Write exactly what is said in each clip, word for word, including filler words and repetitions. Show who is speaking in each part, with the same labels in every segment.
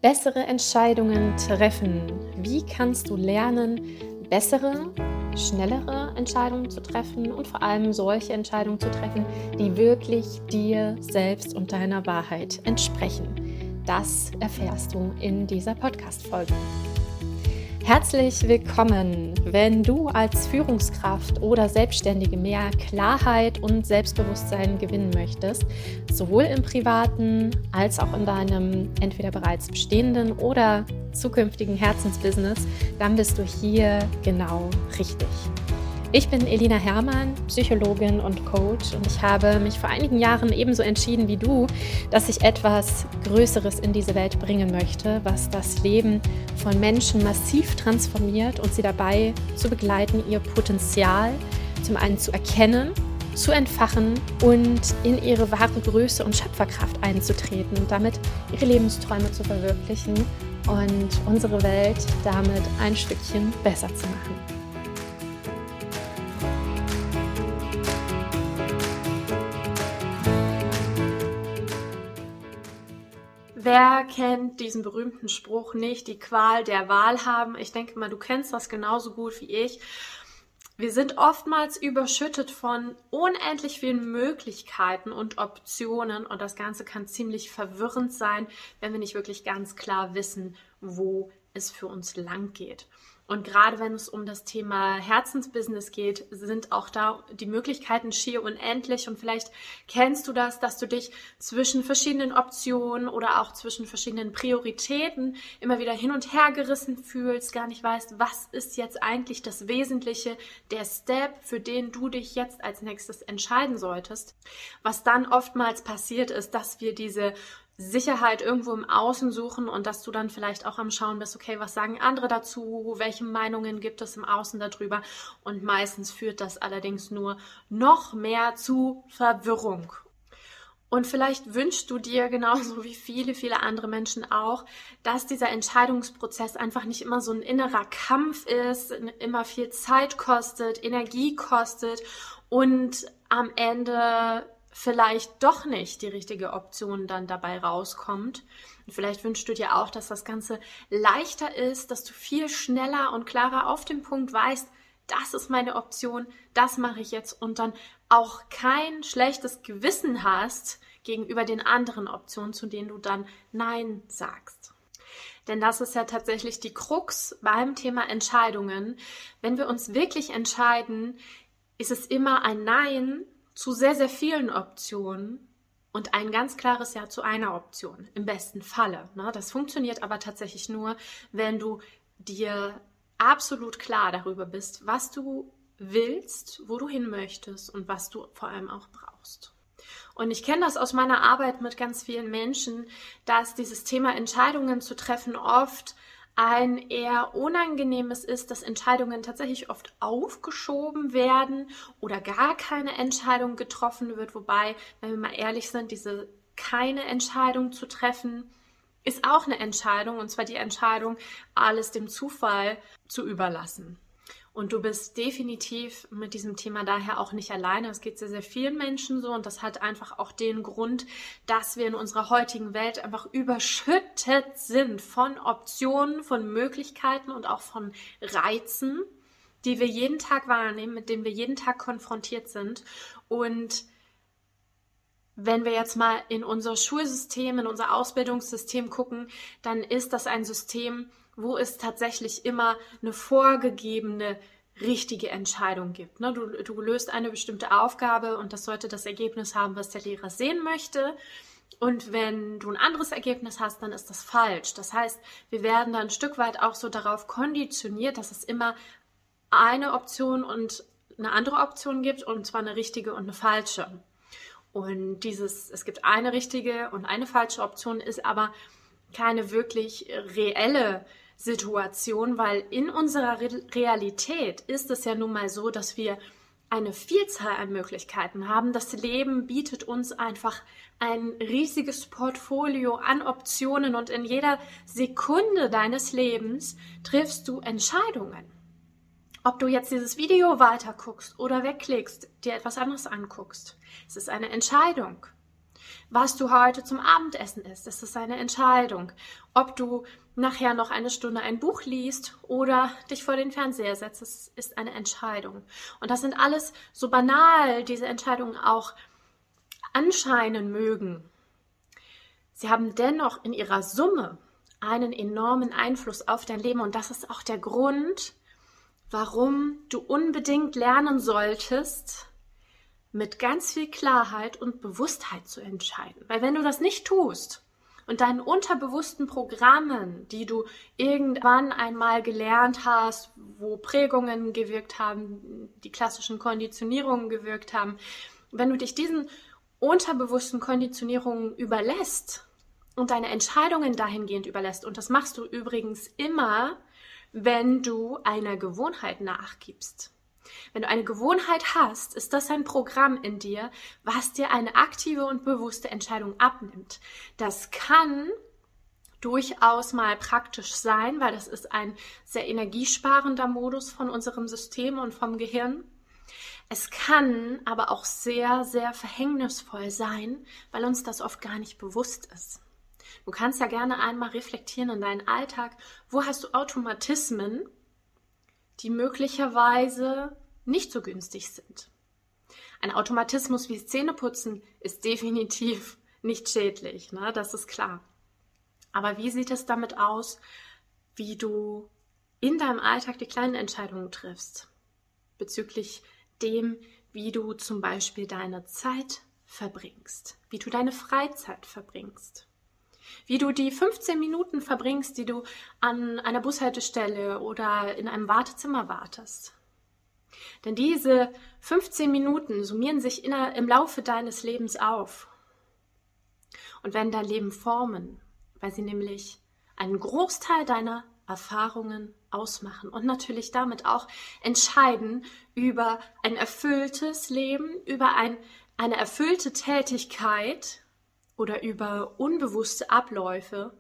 Speaker 1: Bessere Entscheidungen treffen. Wie kannst du lernen, bessere, schnellere Entscheidungen zu treffen und vor allem solche Entscheidungen zu treffen, die wirklich dir selbst und deiner Wahrheit entsprechen? Das erfährst du in dieser Podcast-Folge. Herzlich willkommen, wenn du als Führungskraft oder Selbstständige mehr Klarheit und Selbstbewusstsein gewinnen möchtest, sowohl im privaten als auch in deinem entweder bereits bestehenden oder zukünftigen Herzensbusiness, dann bist du hier genau richtig. Ich bin Elina Herrmann, Psychologin und Coach, und ich habe mich vor einigen Jahren ebenso entschieden wie du, dass ich etwas Größeres in diese Welt bringen möchte, was das Leben von Menschen massiv transformiert und sie dabei zu begleiten, ihr Potenzial zum einen zu erkennen, zu entfachen und in ihre wahre Größe und Schöpferkraft einzutreten und damit ihre Lebensträume zu verwirklichen und unsere Welt damit ein Stückchen besser zu machen. Wer kennt diesen berühmten Spruch nicht, die Qual der Wahl haben? Ich denke mal, du kennst das genauso gut wie ich. Wir sind oftmals überschüttet von unendlich vielen Möglichkeiten und Optionen und das Ganze kann ziemlich verwirrend sein, wenn wir nicht wirklich ganz klar wissen, wo es für uns lang geht. Und gerade wenn es um das Thema Herzensbusiness geht, sind auch da die Möglichkeiten schier unendlich. Und vielleicht kennst du das, dass du dich zwischen verschiedenen Optionen oder auch zwischen verschiedenen Prioritäten immer wieder hin und her gerissen fühlst, gar nicht weißt, was ist jetzt eigentlich das Wesentliche, der Step, für den du dich jetzt als nächstes entscheiden solltest. Was dann oftmals passiert ist, dass wir diese Sicherheit irgendwo im Außen suchen und dass du dann vielleicht auch am Schauen bist, okay, was sagen andere dazu, welche Meinungen gibt es im Außen darüber, und meistens führt das allerdings nur noch mehr zu Verwirrung. Und vielleicht wünschst du dir genauso wie viele, viele andere Menschen auch, dass dieser Entscheidungsprozess einfach nicht immer so ein innerer Kampf ist, immer viel Zeit kostet, Energie kostet und am Ende vielleicht doch nicht die richtige Option dann dabei rauskommt. Und vielleicht wünschst du dir auch, dass das Ganze leichter ist, dass du viel schneller und klarer auf den Punkt weißt, das ist meine Option, das mache ich jetzt, und dann auch kein schlechtes Gewissen hast gegenüber den anderen Optionen, zu denen du dann Nein sagst. Denn das ist ja tatsächlich die Krux beim Thema Entscheidungen. Wenn wir uns wirklich entscheiden, ist es immer ein Nein zu sehr, sehr vielen Optionen und ein ganz klares Ja zu einer Option, im besten Falle. Das funktioniert aber tatsächlich nur, wenn du dir absolut klar darüber bist, was du willst, wo du hin möchtest und was du vor allem auch brauchst. Und ich kenne das aus meiner Arbeit mit ganz vielen Menschen, dass dieses Thema Entscheidungen zu treffen oft ein eher unangenehmes ist, dass Entscheidungen tatsächlich oft aufgeschoben werden oder gar keine Entscheidung getroffen wird. Wobei, wenn wir mal ehrlich sind, diese keine Entscheidung zu treffen, ist auch eine Entscheidung, und zwar die Entscheidung, alles dem Zufall zu überlassen. Und du bist definitiv mit diesem Thema daher auch nicht alleine. Es geht sehr, sehr vielen Menschen so, und das hat einfach auch den Grund, dass wir in unserer heutigen Welt einfach überschüttet sind von Optionen, von Möglichkeiten und auch von Reizen, die wir jeden Tag wahrnehmen, mit denen wir jeden Tag konfrontiert sind. Und wenn wir jetzt mal in unser Schulsystem, in unser Ausbildungssystem gucken, dann ist das ein System, wo es tatsächlich immer eine vorgegebene, richtige Entscheidung gibt. Du, du löst eine bestimmte Aufgabe und das sollte das Ergebnis haben, was der Lehrer sehen möchte. Und wenn du ein anderes Ergebnis hast, dann ist das falsch. Das heißt, wir werden dann ein Stück weit auch so darauf konditioniert, dass es immer eine Option und eine andere Option gibt, und zwar eine richtige und eine falsche. Und dieses, es gibt eine richtige und eine falsche Option, ist aber keine wirklich reelle Situation, weil in unserer Re- Realität ist es ja nun mal so, dass wir eine Vielzahl an Möglichkeiten haben. Das Leben bietet uns einfach ein riesiges Portfolio an Optionen, und in jeder Sekunde deines Lebens triffst du Entscheidungen. Ob du jetzt dieses Video weiter guckst oder wegklickst, dir etwas anderes anguckst, es ist eine Entscheidung. Was du heute zum Abendessen isst, das ist eine Entscheidung. Ob du nachher noch eine Stunde ein Buch liest oder dich vor den Fernseher setzt, das ist eine Entscheidung. Und das sind alles, so banal diese Entscheidungen auch anscheinen mögen, sie haben dennoch in ihrer Summe einen enormen Einfluss auf dein Leben. Und das ist auch der Grund, warum du unbedingt lernen solltest, mit ganz viel Klarheit und Bewusstheit zu entscheiden. Weil wenn du das nicht tust und deinen unterbewussten Programmen, die du irgendwann einmal gelernt hast, wo Prägungen gewirkt haben, die klassischen Konditionierungen gewirkt haben, wenn du dich diesen unterbewussten Konditionierungen überlässt und deine Entscheidungen dahingehend überlässt, und das machst du übrigens immer, wenn du einer Gewohnheit nachgibst. Wenn du eine Gewohnheit hast, ist das ein Programm in dir, was dir eine aktive und bewusste Entscheidung abnimmt. Das kann durchaus mal praktisch sein, weil das ist ein sehr energiesparender Modus von unserem System und vom Gehirn. Es kann aber auch sehr, sehr verhängnisvoll sein, weil uns das oft gar nicht bewusst ist. Du kannst ja gerne einmal reflektieren in deinen Alltag, wo hast du Automatismen, die möglicherweise nicht so günstig sind. Ein Automatismus wie Zähneputzen ist definitiv nicht schädlich, ne? Das ist klar. Aber wie sieht es damit aus, wie du in deinem Alltag die kleinen Entscheidungen triffst, bezüglich dem, wie du zum Beispiel deine Zeit verbringst, wie du deine Freizeit verbringst, wie du die fünfzehn Minuten verbringst, die du an einer Bushaltestelle oder in einem Wartezimmer wartest. Denn diese fünfzehn Minuten summieren sich in, im Laufe deines Lebens auf und werden dein Leben formen, weil sie nämlich einen Großteil deiner Erfahrungen ausmachen und natürlich damit auch entscheiden über ein erfülltes Leben, über ein, eine erfüllte Tätigkeit oder über unbewusste Abläufe,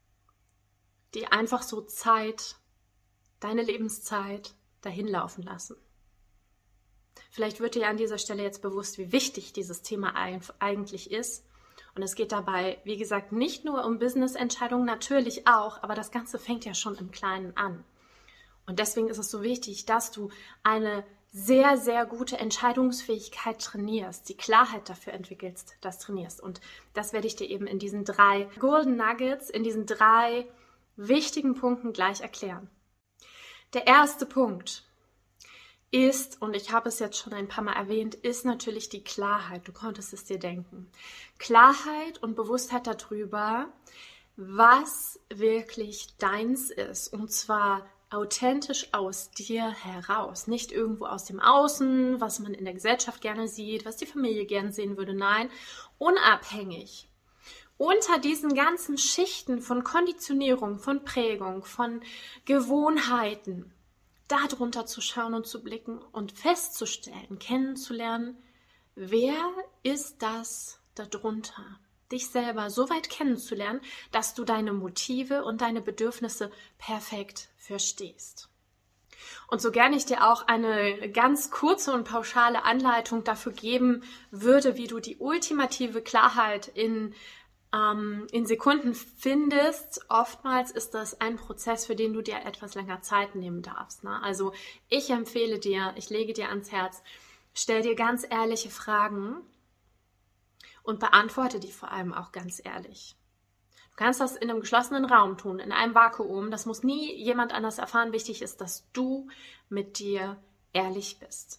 Speaker 1: die einfach so Zeit, deine Lebenszeit dahin laufen lassen. Vielleicht wird dir an dieser Stelle jetzt bewusst, wie wichtig dieses Thema eigentlich ist. Und es geht dabei, wie gesagt, nicht nur um Business-Entscheidungen, natürlich auch, aber das Ganze fängt ja schon im Kleinen an. Und deswegen ist es so wichtig, dass du eine sehr, sehr gute Entscheidungsfähigkeit trainierst, die Klarheit dafür entwickelst, das trainierst. Und das werde ich dir eben in diesen drei Golden Nuggets, in diesen drei wichtigen Punkten gleich erklären. Der erste Punkt ist, und ich habe es jetzt schon ein paar Mal erwähnt, ist natürlich die Klarheit. Du konntest es dir denken. Klarheit und Bewusstheit darüber, was wirklich deins ist. Und zwar authentisch aus dir heraus. Nicht irgendwo aus dem Außen, was man in der Gesellschaft gerne sieht, was die Familie gerne sehen würde. Nein, unabhängig. Unter diesen ganzen Schichten von Konditionierung, von Prägung, von Gewohnheiten, darunter zu schauen und zu blicken und festzustellen, kennenzulernen, wer ist das darunter? Dich selber so weit kennenzulernen, dass du deine Motive und deine Bedürfnisse perfekt verstehst. Und so gerne ich dir auch eine ganz kurze und pauschale Anleitung dafür geben würde, wie du die ultimative Klarheit in in Sekunden findest, oftmals ist das ein Prozess, für den du dir etwas länger Zeit nehmen darfst. Ne? Also ich empfehle dir, ich lege dir ans Herz, stell dir ganz ehrliche Fragen und beantworte die vor allem auch ganz ehrlich. Du kannst das in einem geschlossenen Raum tun, in einem Vakuum. Das muss nie jemand anders erfahren. Wichtig ist, dass du mit dir ehrlich bist.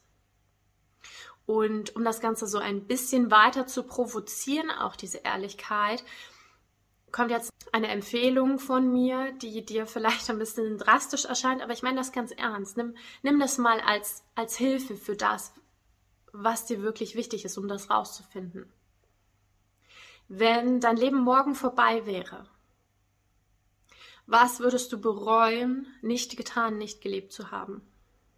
Speaker 1: Und um das Ganze so ein bisschen weiter zu provozieren, auch diese Ehrlichkeit, kommt jetzt eine Empfehlung von mir, die dir vielleicht ein bisschen drastisch erscheint, aber ich meine das ganz ernst. Nimm, nimm das mal als, als Hilfe für das, was dir wirklich wichtig ist, um das rauszufinden. Wenn dein Leben morgen vorbei wäre, was würdest du bereuen, nicht getan, nicht gelebt zu haben?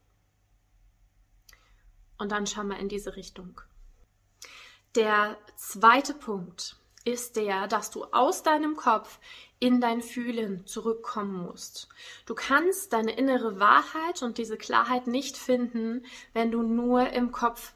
Speaker 1: Und dann schauen wir in diese Richtung. Der zweite Punkt ist der, dass du aus deinem Kopf in dein Fühlen zurückkommen musst. Du kannst deine innere Wahrheit und diese Klarheit nicht finden, wenn du nur im Kopf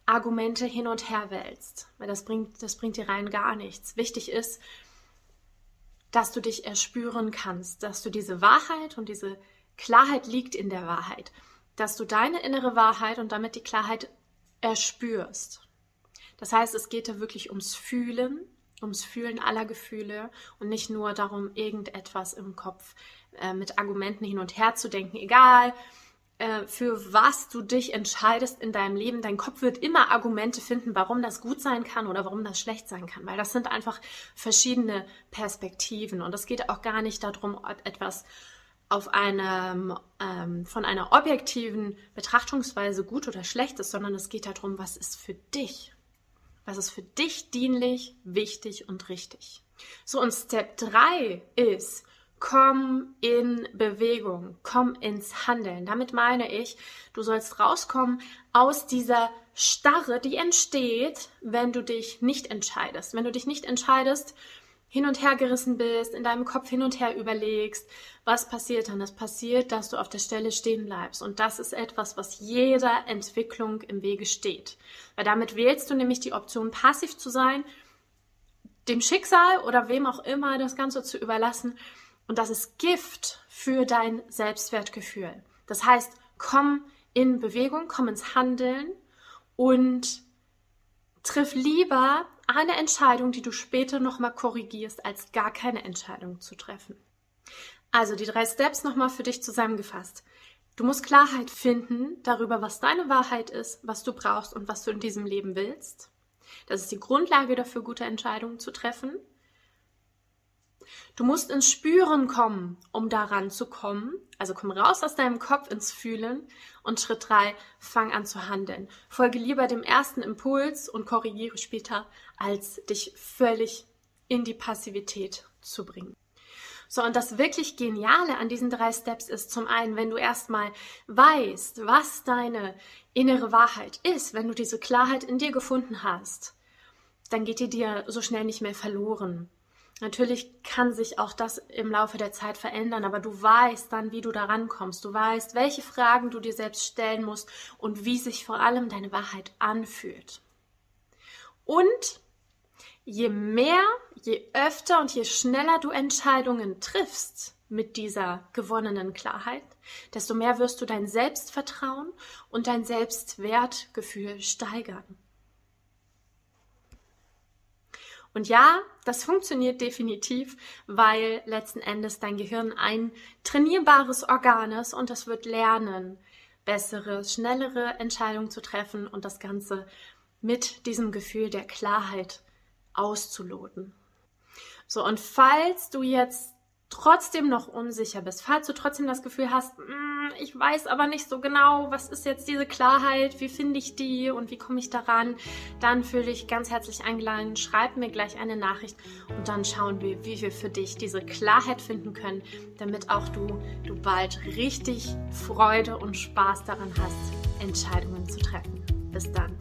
Speaker 1: Argumente hin und her wälzt, weil das bringt, das bringt dir rein gar nichts. Wichtig ist, dass du dich erspüren kannst, dass du diese Wahrheit und diese Klarheit liegt in der Wahrheit, dass du deine innere Wahrheit und damit die Klarheit erspürst. Das heißt, es geht da wirklich ums Fühlen, ums Fühlen aller Gefühle und nicht nur darum, irgendetwas im Kopf äh, mit Argumenten hin und her zu denken, egal äh, für was du dich entscheidest in deinem Leben. Dein Kopf wird immer Argumente finden, warum das gut sein kann oder warum das schlecht sein kann, weil das sind einfach verschiedene Perspektiven und es geht auch gar nicht darum, ob etwas auf einem, ähm, von einer objektiven Betrachtungsweise gut oder schlecht ist, sondern es geht darum, was ist für dich. Was ist für dich dienlich, wichtig und richtig. So, und Step drei ist, komm in Bewegung, komm ins Handeln. Damit meine ich, du sollst rauskommen aus dieser Starre, die entsteht, wenn du dich nicht entscheidest. Wenn du dich nicht entscheidest, hin und her gerissen bist, in deinem Kopf hin und her überlegst, was passiert dann? Es passiert, dass du auf der Stelle stehen bleibst. Und das ist etwas, was jeder Entwicklung im Wege steht. Weil damit wählst du nämlich die Option, passiv zu sein, dem Schicksal oder wem auch immer das Ganze zu überlassen. Und das ist Gift für dein Selbstwertgefühl. Das heißt, komm in Bewegung, komm ins Handeln und triff lieber eine Entscheidung, die du später nochmal korrigierst, als gar keine Entscheidung zu treffen. Also die drei Steps nochmal für dich zusammengefasst. Du musst Klarheit finden darüber, was deine Wahrheit ist, was du brauchst und was du in diesem Leben willst. Das ist die Grundlage dafür, gute Entscheidungen zu treffen. Du musst ins Spüren kommen, um daran zu kommen. Also komm raus aus deinem Kopf ins Fühlen. Und Schritt drei, fang an zu handeln. Folge lieber dem ersten Impuls und korrigiere später, als dich völlig in die Passivität zu bringen. So, und das wirklich Geniale an diesen drei Steps ist zum einen, wenn du erstmal weißt, was deine innere Wahrheit ist, wenn du diese Klarheit in dir gefunden hast, dann geht die dir so schnell nicht mehr verloren. Natürlich kann sich auch das im Laufe der Zeit verändern, aber du weißt dann, wie du da rankommst. Du weißt, welche Fragen du dir selbst stellen musst und wie sich vor allem deine Wahrheit anfühlt. Und je mehr, je öfter und je schneller du Entscheidungen triffst mit dieser gewonnenen Klarheit, desto mehr wirst du dein Selbstvertrauen und dein Selbstwertgefühl steigern. Und ja, das funktioniert definitiv, weil letzten Endes dein Gehirn ein trainierbares Organ ist und es wird lernen, bessere, schnellere Entscheidungen zu treffen und das Ganze mit diesem Gefühl der Klarheit auszuloten. So, und falls du jetzt trotzdem noch unsicher bist, falls du trotzdem das Gefühl hast, ich weiß aber nicht so genau, was ist jetzt diese Klarheit, wie finde ich die und wie komme ich daran, dann fühle dich ganz herzlich eingeladen, schreib mir gleich eine Nachricht und dann schauen wir, wie wir für dich diese Klarheit finden können, damit auch du, du bald richtig Freude und Spaß daran hast, Entscheidungen zu treffen. Bis dann.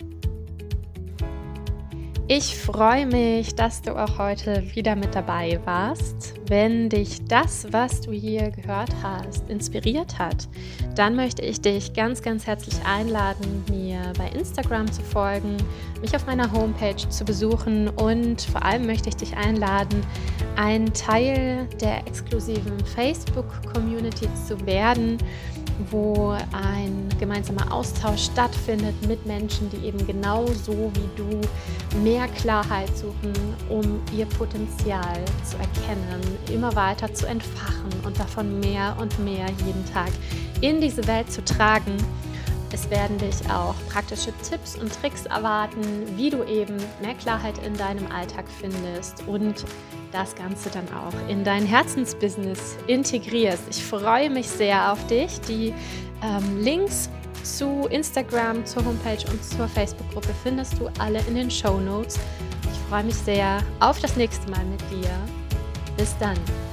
Speaker 2: Ich freue mich, dass du auch heute wieder mit dabei warst. Wenn dich das, was du hier gehört hast, inspiriert hat, dann möchte ich dich ganz, ganz herzlich einladen, mir bei Instagram zu folgen, mich auf meiner Homepage zu besuchen und vor allem möchte ich dich einladen, ein Teil der exklusiven Facebook-Community zu werden, wo ein gemeinsamer Austausch stattfindet mit Menschen, die eben genauso wie du mehr Klarheit suchen, um ihr Potenzial zu erkennen, immer weiter zu entfachen und davon mehr und mehr jeden Tag in diese Welt zu tragen. Es werden dich auch praktische Tipps und Tricks erwarten, wie du eben mehr Klarheit in deinem Alltag findest und das Ganze dann auch in dein Herzensbusiness integrierst. Ich freue mich sehr auf dich. Die ähm, Links zu Instagram, zur Homepage und zur Facebook-Gruppe findest du alle in den Shownotes. Ich freue mich sehr auf das nächste Mal mit dir. Bis dann.